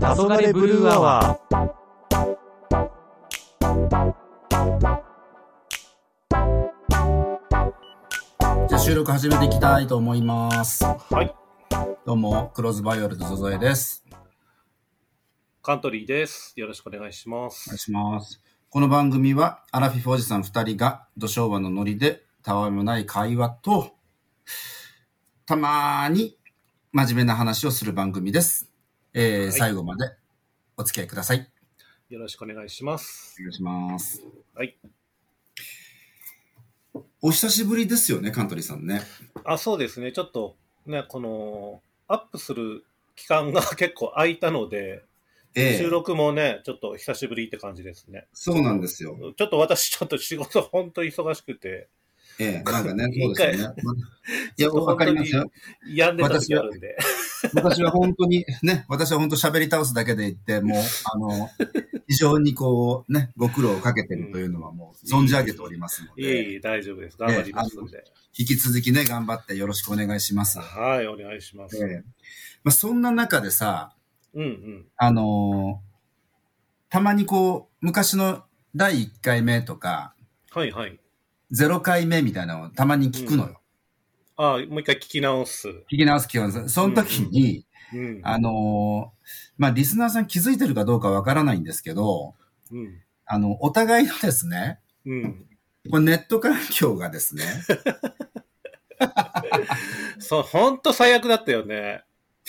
黄昏ブルーアワー。 じゃあ収録始めていきたいと思います。 はい。 どうも、クローズバイオレットゾゾエです。 カントリーです。よろしくお願いします。 お願いします。この番組はアラフィフおじさん2人が土昭和のノリでたわいもない会話とたまーに真面目な話をする番組です。 はい最後までお付き合いください。 よろしくお願いします。 お願いします。 はい。 お久しぶりですよね、カントリーさんね。 そうですね。ちょっとね、このアップする期間が結構空いたので、収録もね、ちょっと久しぶりって感じですね。 そうなんですよ。 ちょっと私、ちょっと仕事本当に忙しくて。 なんかね、そうですよね。いや、わかりますよ。 病んでた時あるんで。 私は本当にね、私は本当喋り倒すだけで言って、もう、非常にこう、ね、ご苦労をかけてるというのはもう、存じ上げておりますので。 いえ、大丈夫です。頑張りますんで。 引き続きね、頑張ってよろしくお願いします。 はい、お願いします。 そんな中でさ、 うん。 たまにこう、昔の第1回目とか、 はいはい。 0回目みたいなのをたまに聞くのよ。 もう一回聞き直す。 その時に、リスナーさん気づいてるかどうかわからないんですけど、お互いのですね、これネット環境がですね、 そう、ほんと最悪だったよね。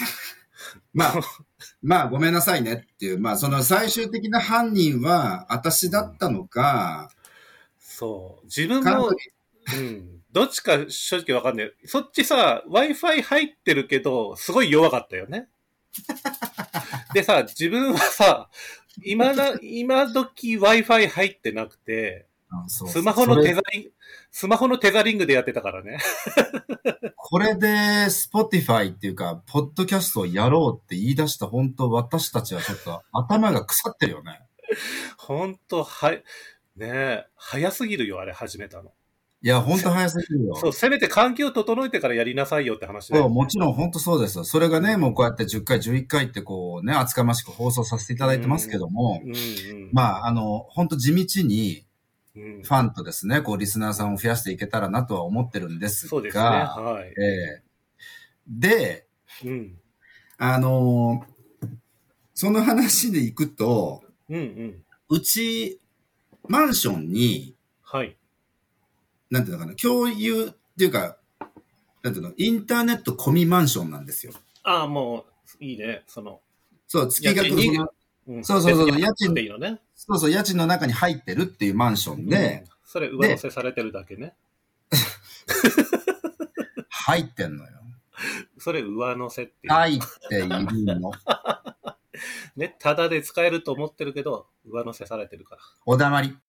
まあごめんなさいねっていう、その最終的な犯人は私だったのか、 そう、自分も、どっちか正直わかんない。そっちさ、Wi-Fi 入ってるけど、すごい弱かったよね。でさ、自分はさ、今時 Wi-Fi 入ってなくて、スマホのテザリングでやってたからね。 これで Spotify っていうか、ポッドキャストをやろうって言い出した本当私たちはちょっと頭が腐ってるよね。 本当早すぎるよ、あれ始めたの。 いや、本当早すぎるよ。 そう、せめて環境を整えてからやりなさいよって話だよね。 そう、もちろん本当そうですよ。それがね、もうこうやって10回、11回ってこうね、厚かましく放送させていただいてますけども、本当地道に、ファンとですね、こう、リスナーさんを増やしていけたらなとは思ってるんですが、 そうですね、はい。 で、その話でいくと、うち、マンションに、なんていうのかな、共有っていうか、なんていうの、インターネット込みマンションなんですよ。 もう、いいね、 そう、月額の、 家賃でいいのね。 家賃の中に入ってるっていうマンションで、 それ上乗せされてるだけね。 入ってんのよ。 それ上乗せっていう。 入っているの。 ね、ただで使えると思ってるけど、上乗せされてるから。 おだまり。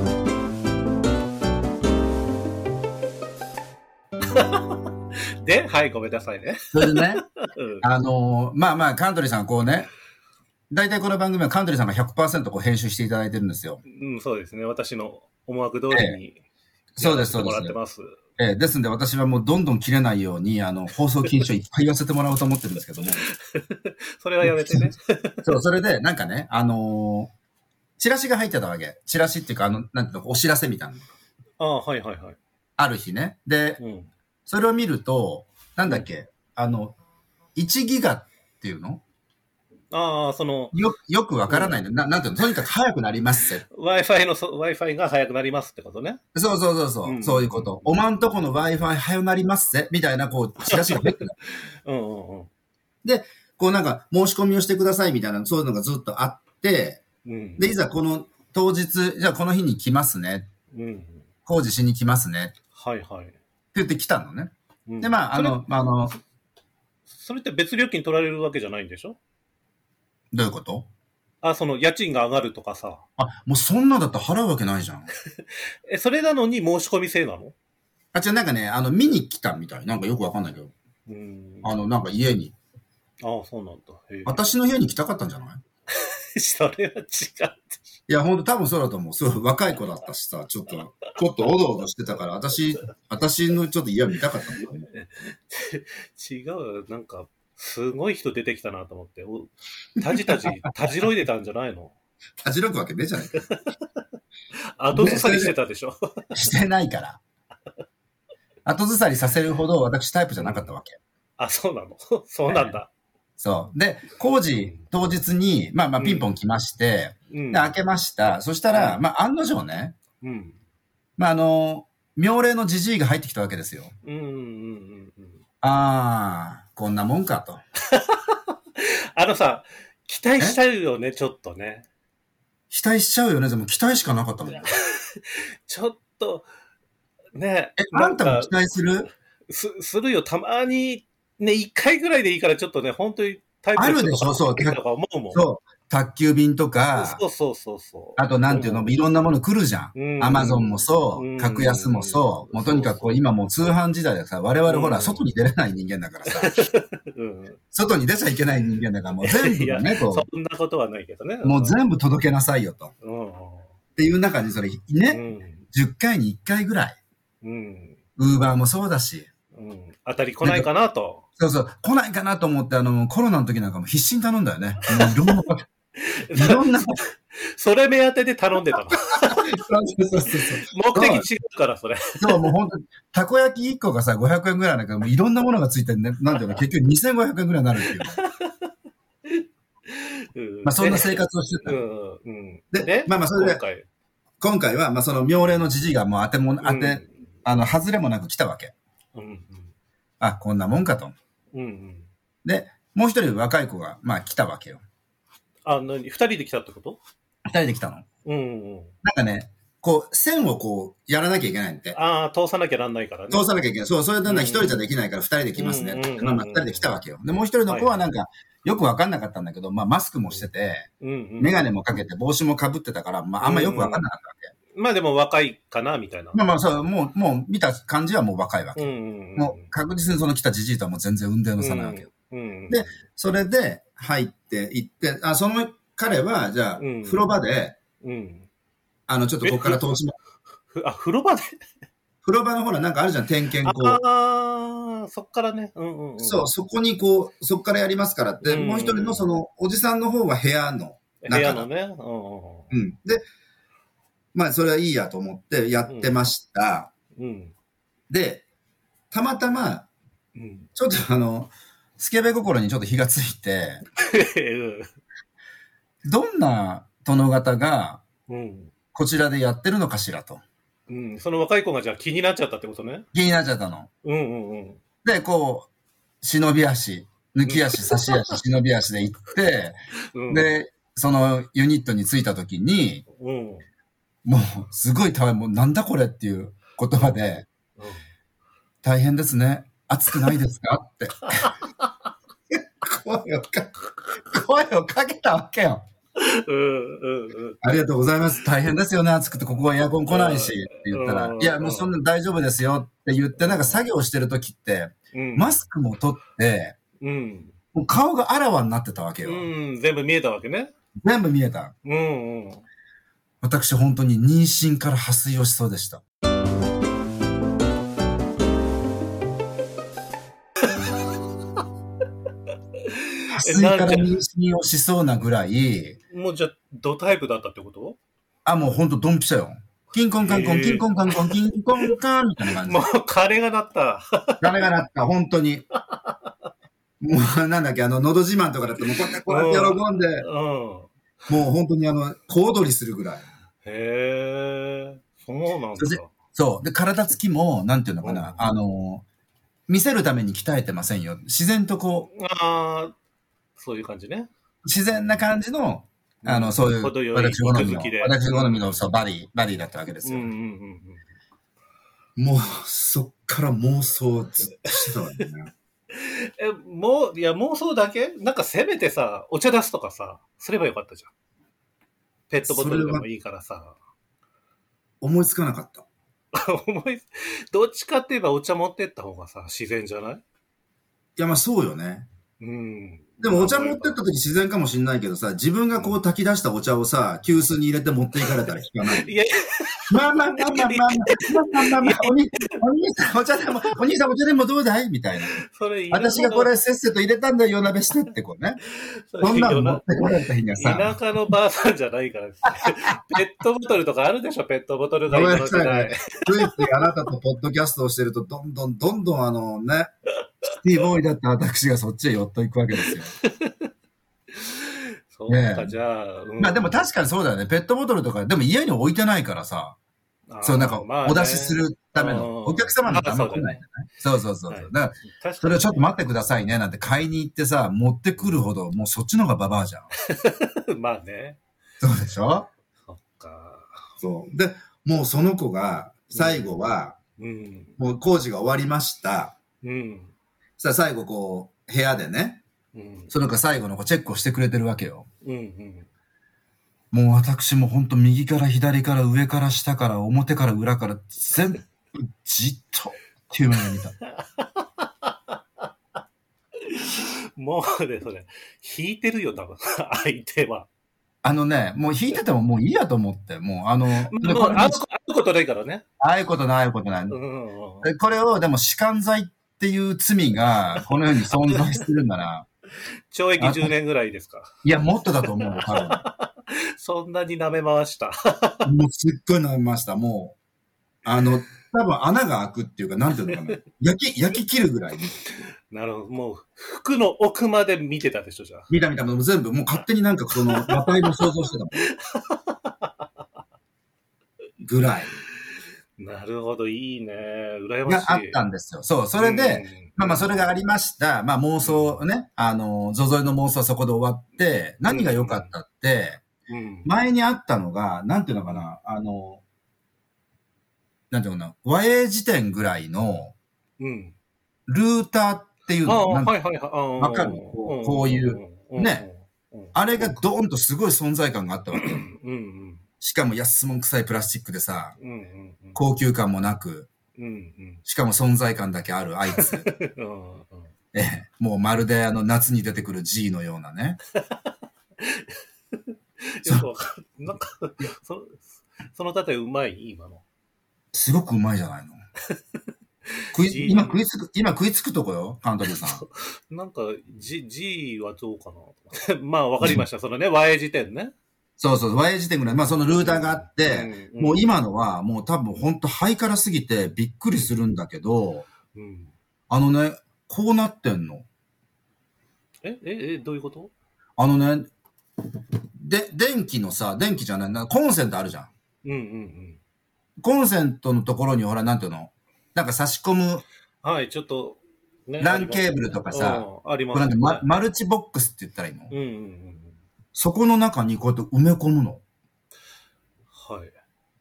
で、はい、ごめんなさいね。 それでね、カントリーさんこうね、大体この番組はカントリーさんが 100% こう編集していただいてるんですよ。 そうですね。私の思惑通りにそうです、そうです。 もらってます。 ですんで私はもうどんどん切れないように、放送禁止をいっぱい言わせてもらおうと思ってるんですけども。 それはやめてね。 そう、それで、なんかね、チラシが入ってたわけ。チラシっていうか、なんていうの、お知らせみたいな。 はい。 ある日ね。で、それを見ると、なんだっけ、1ギガっていうのよくわからないの。なんていうの、とにかく早くなりますって。 Wi-Fi が早くなりますってことね。 そう。そういうこと。おまんとこの Wi-Fi 早くなりますって。みたいな、こう、チラシが入ってた。で、こうなんか、申し込みをしてくださいみたいな、そういうのがずっとあって、で、いざこの当日、じゃあこの日に来ますね。工事しに来ますね。 はい。 って言って来たのね。で、 それって別料金取られるわけじゃないんでしょ？ どういうこと？ その家賃が上がるとかさ。 もうそんなだったら払うわけないじゃん。 それなのに申し込み制なの？ なんかね、見に来たみたい。なんかよくわかんないけど。なんか家に。 そうなんだ。 私の部屋に来たかったんじゃない？ それは違う。 いや、ほんと多分そうだと思う。すごい若い子だったしさ、ちょっとおどおどしてたから、私のちょっと家見たかったんだよね。 違う。なんか、 すごい人出てきたなと思って、たじろいでたんじゃないの？ たじろくわけねえじゃないか。 後ずさりしてたでしょ？ してないから。後ずさりさせるほど私タイプじゃなかったわけ。 あ、そうなの？そうなんだ。 そう。で、工事当日に、まあピンポン来まして、で開けました。そしたら、案の定ね、妙齢のじじいが入ってきたわけですよ。こんなもんかと。 さ、期待しちゃうよね、ちょっとね。 期待しちゃうよね。でも期待しかなかったもん。 ちょっと、ね。 あんたも期待する？ するよ。たまに、ね、1回ぐらいでいいからちょっとね、本当にタイプあるでしょ、そう。そう。宅急便とか、 そう。 あとなんていうの、いろんなもの来るじゃん。アマゾンもそう、格安もそう。もうとにかく今もう通販時代でさ、我々ほら、外に出れない人間だからさ。外に出ちゃいけない人間だから、もう全部ね、 そんなことはないけどね。 もう全部届けなさいよと。っていう中にそれ、ね、10回に1回ぐらい。ウーバーもそうだし。 当たり来ないかなと。 そう、来ないかなと思って、コロナの時なんかも必死に頼んだよね。いろんな。 それ目当てで頼んでたの。 そう。 目的違うから、それ。 そう、もう本当に、たこ焼き1個がさ、500円ぐらいだから、もういろんなものがついてるね。なんていうの、結局2500円ぐらいになるっていう。そんな生活をしてた。で、それで、今回は、その妙齢のじじいがもう外れもなく来たわけ。こんなもんかと。で、もう一人若い子が、来たわけよ。 二人で来たってこと？ 二人で来たの。なんかね、線をやらなきゃいけないんで。 通さなきゃなんないからね。 通さなきゃいけない。そう、それで一人じゃできないから二人で来ますね。二人で来たわけよ。で、もう一人の子はなんか、よくわかんなかったんだけど、マスクもしてて、メガネもかけて帽子もかぶってたから、あんまよくわかんなかったわけ。 でも若いかな、みたいな。 そう、もう見た感じはもう若いわけ。もう確実にその来たじじいとはもう全然運転の差なわけよ。で、それで入って行って、その彼は、じゃあ、風呂場で、ちょっとここから通しま。 風呂場で風呂場のほら、なんかあるじゃん、点検そっからね。 そう、そこにそっからやりますからって、もう一人のその、おじさんの方は部屋の中。 部屋のね。 で、それはいいやと思ってやってました。で、たまたま、ちょっとスケベ心にちょっと火がついて、どんな殿方が、こちらでやってるのかしらと。 その若い子がじゃあ気になっちゃったってことね。 気になっちゃったの。で、忍び足、抜き足、差し足、忍び足で行って、で、そのユニットに着いた時に、もう、すごいもうなんだこれっていう言葉で、大変ですね。暑くないですかって。声をかけたわけよ。ありがとうございます。大変ですよね。暑くてここはエアコン来ないし。って言ったら、いや、もうそんな大丈夫ですよって言って、なんか作業してる時って、マスクも取って、もう顔があらわになってたわけよ。 全部見えたわけね。 全部見えた。私本当に妊娠から破水をしそうでした。破水から妊娠をしそうなぐらい。 もうじゃあ、ドタイプだったってこと？ もうほんとドンピシャよ。キンコンカンコン、キンコンカンコン、キンコンカンみたいな感じ。 もう鐘が鳴った。 鐘が鳴った、本当に。もうなんだっけ、のど自慢とかだってもうこうやって喜んで、もう本当に小躍りするぐらい。 そうなんだ。 そう。で、体つきも、なんていうのかな、見せるために鍛えてませんよ。自然とそういう感じね。 自然な感じの、そういう、私好みのバディだったわけですよ。もう、そっから妄想ずっとしてたわけね。 妄想だけ？なんかせめてさ、お茶出すとかさ、すればよかったじゃん。ペットボトルでもいいからさ。 思いつかなかった。 どっちかって言えばお茶持ってった方がさ、自然じゃない？ いや、そうよね。でもお茶持ってった時自然かもしんないけどさ、自分が炊き出したお茶をさ、急須に入れて持っていかれたら引かない。 いや、 まあまあまあまあまあまあまあまあ、お兄さんお茶でもどうだいみたいな。私がこれせっせと入れたんだよ、夜鍋してってこうね。そんなの持ってこられた日にはさ。 田舎のばあさんじゃないからですね。ペットボトルとかあるでしょ、ペットボトルが今の時代。 ついついあなたとポッドキャストをしてると、どんどんね、シティボーイだった私がそっちへ寄っといくわけですよ。 そうか、じゃあ。 まあでも確かにそうだよね。ペットボトルとか、でも家に置いてないからさ。そうなんか、お出しするための、お客様のために来ないじゃない。そう。だから、それをちょっと待ってくださいね、なんて買いに行ってさ、持ってくるほど、もうそっちの方がババアじゃん。まあね。 そうでしょ？ そっか。 そう。で、もうその子が、最後は、もう工事が終わりました。さあ最後こう、部屋でね、その子最後のチェックをしてくれてるわけよ。もう私も本当右から左から上から下から表から裏から全部じっとっていう目で見た。 もうね、それ、引いてるよ、多分、相手は。 もう引いててももういいやと思って、もう会うことないからね。 会うことない。これをでも弛緩剤っていう罪がこの世に存在するなら、 懲役10年ぐらいですか。 いや、もっとだと思うよ、多分。 そんなに舐め回した。 もうすっごい舐めました。もう、多分穴が開くっていうか、なんていうのかな。焼き切るぐらい。 なるほど。もう、服の奥まで見てたでしょ、じゃあ。 見た。もう全部、もう勝手になんかその、馬体の想像してたもん。ぐらい。 なるほど、いいね。羨ましい。 があったんですよ。そう。それで、まあそれがありました。まあ妄想ね、ゾゾリの妄想はそこで終わって、何が良かったって、前にあったのが、なんていうのかな、なんていうのかな、和英辞典ぐらいの、ルーターっていうのわかる？こういう、ね。あれがドーンとすごい存在感があったわけ。しかも安もん臭いプラスチックでさ、高級感もなく、しかも存在感だけあるあいつ。もうまるで夏に出てくる G のようなね。 なんか、その例えうまい今の。 すごくうまいじゃないの。今食いつくとこよ、カントリーさん。なんか、G はどうかな。まあ、わかりました。そのね、和英辞典ね。 そう、和英辞典ぐらい。まあ、そのルーターがあって、もう今のは、もう多分ほんとハイカラすぎてびっくりするんだけど、こうなってんの。 どういうこと？ 電気じゃない、コンセントあるじゃん。コンセントのところにほら、なんていうの？なんか差し込む。 はい、ちょっと、 ね。LAN ケーブルとかさ、 あります、ね。 これマルチボックスって言ったらいいの？そこの中にこうやって埋め込むの。 はい。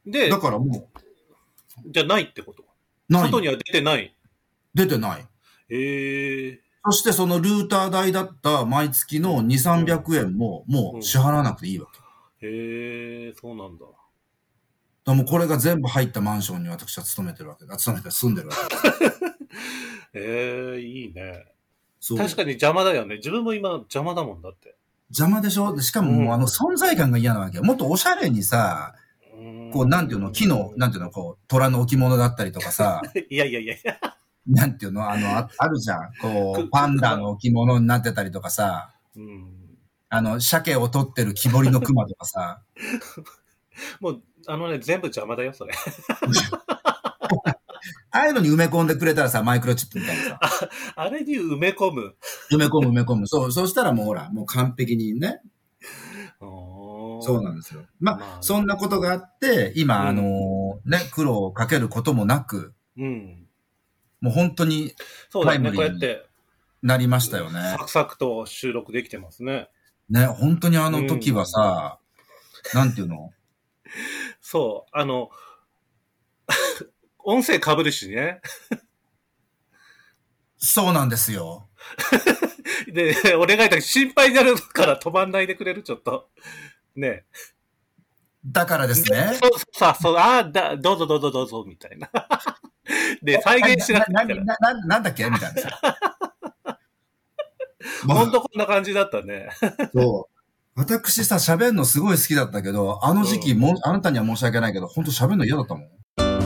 で、 だからもう。 じゃないってこと？外には出てない。 出てない。そしてそのルーター代だった毎月の2、300円ももう支払わなくていいわけ。そうなんだ。 でもこれが全部入ったマンションに私は住んでるわけいいね。確かに邪魔だよね。自分も今邪魔だもんだって。 邪魔でしょ？しかももう存在感が嫌なわけよ。もっとおしゃれにさ、こうなんていうの、木の、なんていうの、こう、虎の置物だったりとかさ。 いや。 なんていうの、あるじゃん。こう、パンダの置物になってたりとかさ。鮭を取ってる木彫りの熊とかさ。 もう、全部邪魔だよ、それ。 ああいうのに埋め込んでくれたらさ、マイクロチップみたいなさ。 あれに埋め込む。 埋め込む。そうしたらもうほら、もう完璧にね。そうなんですよ。まあ、そんなことがあって、今、苦労をかけることもなく、もう本当に、 タイムリーになりましたよね。 サクサクと収録できてますね。 ね、本当にあの時はさ、なんていうの？ そう、音声被るしね。 そうなんですよ。 で、俺が言ったら心配になるから止まんないでくれる？ちょっと。ね。 だからですね。 そう、どうぞ、みたいな。で、再現しなくていいから。 なんだっけみたいなさ。 ほんとこんな感じだったね。 そう。 私さ、喋るのすごい好きだったけど、あの時期も、あなたには申し訳ないけど、ほんと喋るの嫌だったもん。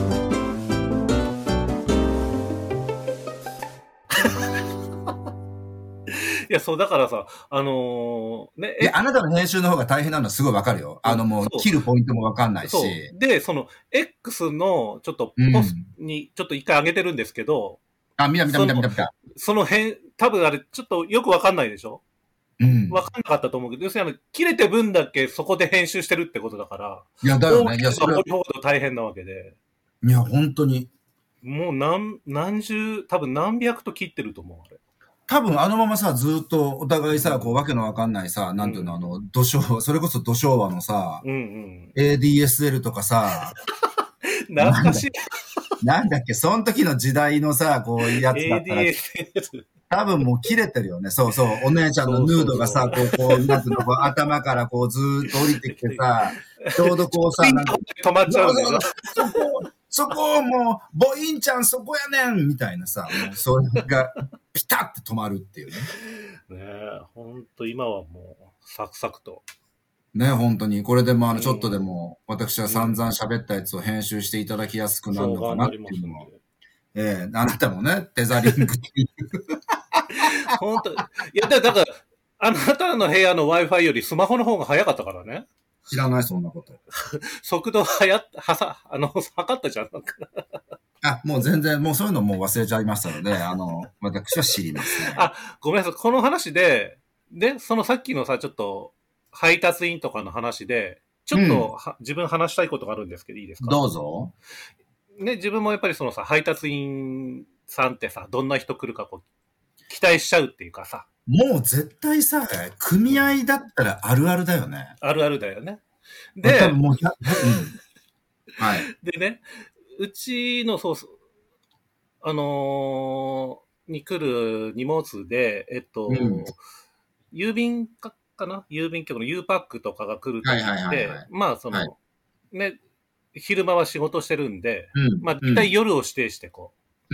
いや、そう、だからさ、ね。 いや、あなたの編集の方が大変なのはすごいわかるよ。もう、切るポイントもわかんないし。 そう。で、その、X の、ちょっと、ポストに、ちょっと一回上げてるんですけど、 見た。 その多分あれ、ちょっとよくわかんないでしょ？わかんなかったと思うけど、要するに切れて分だけそこで編集してるってことだから、 いや、だよね。いや、 それは大変なわけで。 いや、本当に。 もう多分何百と切ってると思う、あれ。 多分あのままさ、ずっとお互いさ、こう、わけのわかんないさ、なんていうの、それこそ土昭和のさ、ADSL とかさ、 懐かしい。 なんだっけ、その時の時代のさ、こういうやつだったら、多分もう切れてるよね。そうそう。お姉ちゃんのヌードがさ、こう、なんていうの、こう頭からこうずーっと降りてきてさ、ちょうどこうさ、なんか、 止まっちゃうんでしょ？ そこもう、ボインちゃんそこやねんみたいなさ、もうそれがピタッて止まるっていうね。 ねえ、ほんと今はもう、サクサクと。 ね、本当に。これでもちょっとでも、私は散々喋ったやつを編集していただきやすくなるのかなっていうのは。あなたもね、テザリングっていう。 本当いや、だから、あなたの部屋の Wi-Fi よりスマホの方が早かったからね。 知らない、そんなこと。 速度測ったじゃん。 もう全然、もうそういうのもう忘れちゃいましたので、私は知りますね。 ごめんなさい。この話で、そのさっきのさ、ちょっと、配達員とかの話で、ちょっと、自分話したいことがあるんですけど、いいですか？ どうぞ。 ね、自分もやっぱりそのさ、配達員さんってさ、どんな人来るかこう、期待しちゃうっていうかさ。 もう絶対さ、組合だったらあるあるだよね。 あるあるだよね。で、 多分もうはい。でね、うちの、に来る荷物で、郵便かな？郵便局の U パックとかが来るときって、まあね、昼間は仕事してるんで、まあ大体夜を指定してこ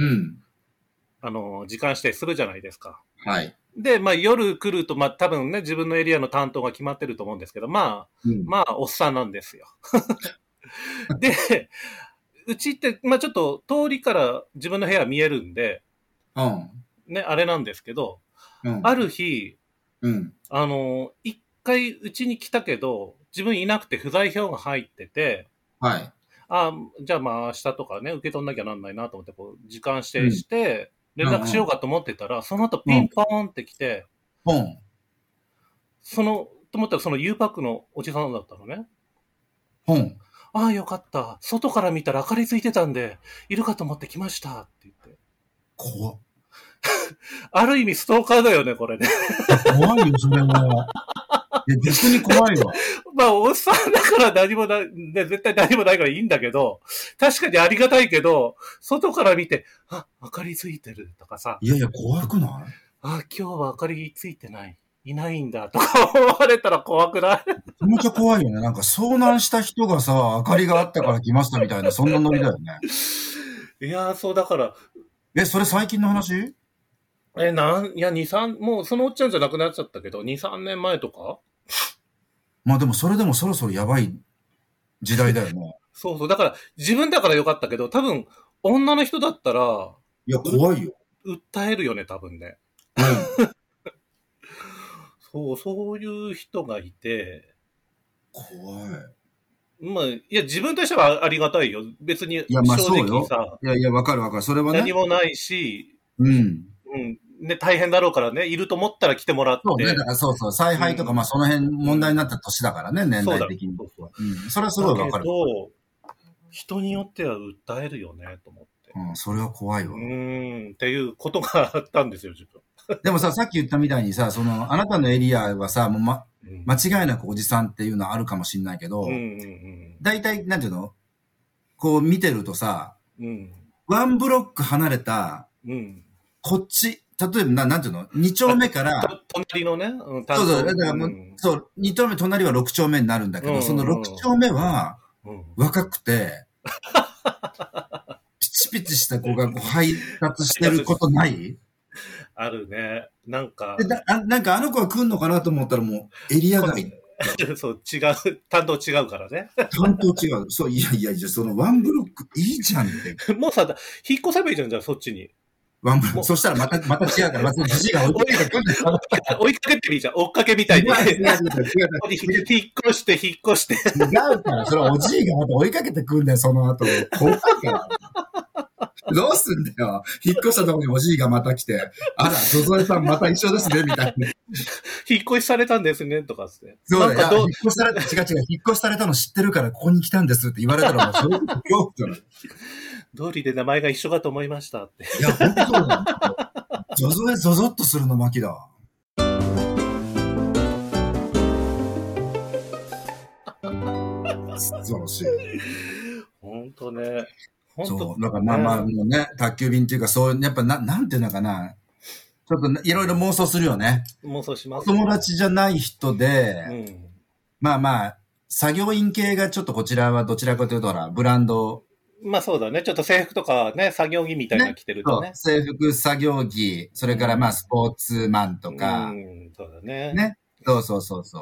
う、時間指定するじゃないですか。 はい。 で、まあ夜来ると、まあ多分ね、自分のエリアの担当が決まってると思うんですけど、まあ、おっさんなんですよ。で、うちって、まあちょっと通りから自分の部屋見えるんで、ね、あれなんですけど、ある日、一回うちに来たけど、自分いなくて不在票が入ってて、 はい。 じゃあまあ明日とかね、受け取んなきゃなんないなと思って、こう、時間指定して、連絡しようかと思ってたら、その後ピンポーンって来て、と思ったらその U パックのおじさんだったのね。よかった。外から見たら明かりついてたんで、いるかと思って来ましたって言って。 怖っ。 ある意味ストーカーだよね、これね。 怖いよ、それは。別に怖いわ。 まあ、おっさんだから何もない、ね、絶対何もないからいいんだけど、確かにありがたいけど、外から見て、明かりついてるとかさ。 いやいや、怖くない？ 今日は明かりついてない。いないんだとか思われたら怖くない？ めちゃめちゃ怖いよね。なんか遭難した人がさ、明かりがあったから来ましたみたいな、そんなノリだよね。 いやー、そうだから。 それ最近の話？ いや、2、3、もうそのおっちゃんじゃなくなっちゃったけど、2、3年前とか？ まあでもそれでもそろそろやばい時代だよね。 そう。だから、自分だからよかったけど、多分、女の人だったら、 いや、怖いよ。 訴えるよね、多分ね。そういう人がいて。 怖い。 まあ、いや、自分としてはありがたいよ。別に、正直さ。 いや、わかる。それはね。 何もないし、ね、大変だろうからね、いると思ったら来てもらって。 そうね、だからそう、采配とか、まあその辺問題になった年だからね、年代的に。それはすごいわかる。 人によっては訴えるよね、と思って。 それは怖いわ。 っていうことがあったんですよ、自分。 でもさっき言ったみたいにさ、あなたのエリアはさ、もう間違いなくおじさんっていうのはあるかもしれないけど、大体、なんていうの？こう見てるとさ、ワンブロック離れた、こっち、例えば、なんていうの？ 2 丁目から、 隣のね、 そう、だから2丁目、隣は6丁目になるんだけど、その6丁目は、若くて、ピチピチした子が配達してることない？ あるね。なんか。 なんかあの子が来んのかなと思ったらもうエリア外。 そう、違う、担当違うからね。 担当違う。そう、いや、そのワンブロックいいじゃんって。 もうさ、引っ越せばいいじゃん、じゃあそっちに。 ワンブロック。そしたらまた違うから、またじじいが追いかけてくるんだよ。 追いかけていいじゃん、追っかけみたいに。 違う。 引っ越して。 違うから、それはおじいがまた追いかけてくるんだよ、その後。怖いから。どうすんだよ。引っ越したところにおじいがまた来て、あら、ゾゾエさんまた一緒ですね、みたいな。 引っ越しされたんですね、とかって。 そうだよ。引っ越しされた、違う、引っ越しされたの知ってるからここに来たんですって言われたらもうそういう恐怖じゃない。 通りで名前が一緒かと思いましたって。 いや、本当そうだよ。ゾゾっとするの巻だわ。素晴らしい。 本当ね。 そう。だからもうね、宅急便っていうか、そういう、やっぱなんていうのかな。ちょっといろいろ妄想するよね。 妄想します、 ね。友達じゃない人で、まあ、作業員系がちょっとこちらはどちらかというと、ブランド。 まあそうだね。ちょっと制服とかね、作業着みたいなの着てるとね。 制服、作業着、それからスポーツマンとか。 そうだね。 ね。そう。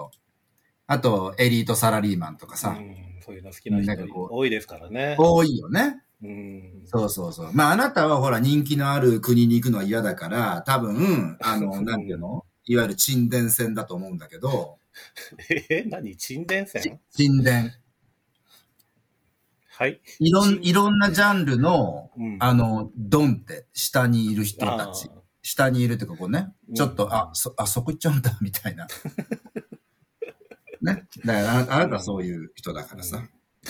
あと、エリートサラリーマンとかさ。 そういうの好きな人多いですからね。 多いよね。そう。まあ、あなたはほら人気のある国に行くのは嫌だから、多分、なんていうのいわゆる沈殿船だと思うんだけど。 何沈殿船？ 沈殿。 はい。 いろんなジャンルの、ドンって下にいる人たち。下にいるってここね。ちょっと、そこ行っちゃうんだ、みたいな。ね。だからあなたはそういう人だからさ。ね、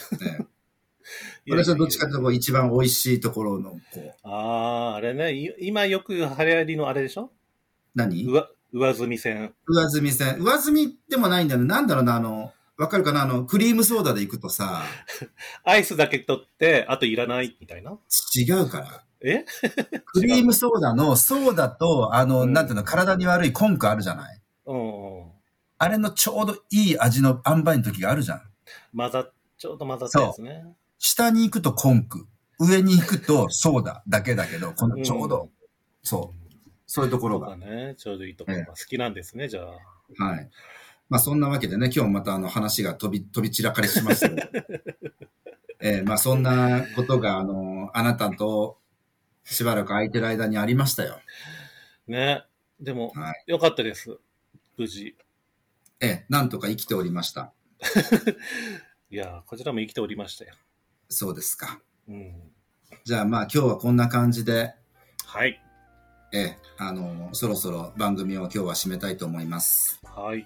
私はどっちかというと一番美味しいところのあれね。今よく流行りのあれでしょ？ 何？ 上積み線。 上積みでもないんだよね。なんだろうな、わかるかなクリームソーダで行くとさ。 アイスだけ取って、あといらないみたいな。 違うから。 クリームソーダのソーダと、なんていうの、体に悪いコンクあるじゃない？あれのちょうどいい味の塩梅の時があるじゃん。 ちょうど混ざったやつね。 下に行くとコンク、上に行くとソーダだけだけど、このちょうど、そういうところが。 そうだね。ちょうどいいところが好きなんですね、じゃあ。 はい。まあそんなわけでね、今日また話が飛び散らかりしましたけど。まあそんなことが、あなたとしばらく空いてる間にありましたよ。 ね。でも、よかったです。無事。 なんとか生きておりました。 いや、こちらも生きておりましたよ。 そうですか。じゃあまあ今日はこんな感じで。 はい。 そろそろ番組を今日は締めたいと思います。 はい。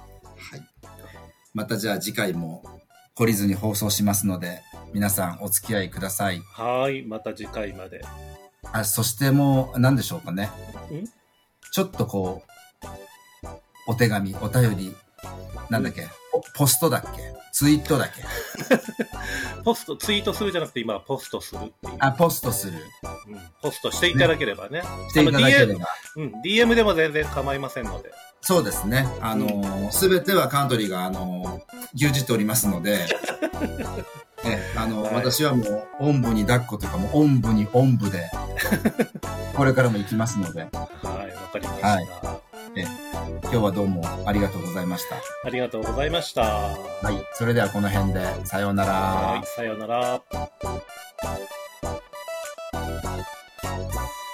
またじゃあ次回も懲りずに放送しますので、皆さんお付き合いください。 はい。また次回まで。 そしてもう何でしょうかね。ちょっとお手紙、お便り、なんだっけ、ポストだっけ、ツイートだっけ。 ツイートするじゃなくて今はポストするっていう。 ポストする。 ポストしていただければね。 していただければ。 DM でも全然構いませんので。 そうですね。すべてはカントリーが、牛耳っておりますので、私はもう、おんぶに抱っこというか、もう、おんぶにおんぶで、これからも行きますので。 はい、わかりました。 今日はどうもありがとうございました。 ありがとうございました。 はい、それではこの辺で、さようなら。 はい、さようなら。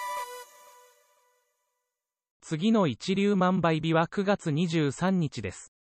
次の一粒万倍日は9月23日です。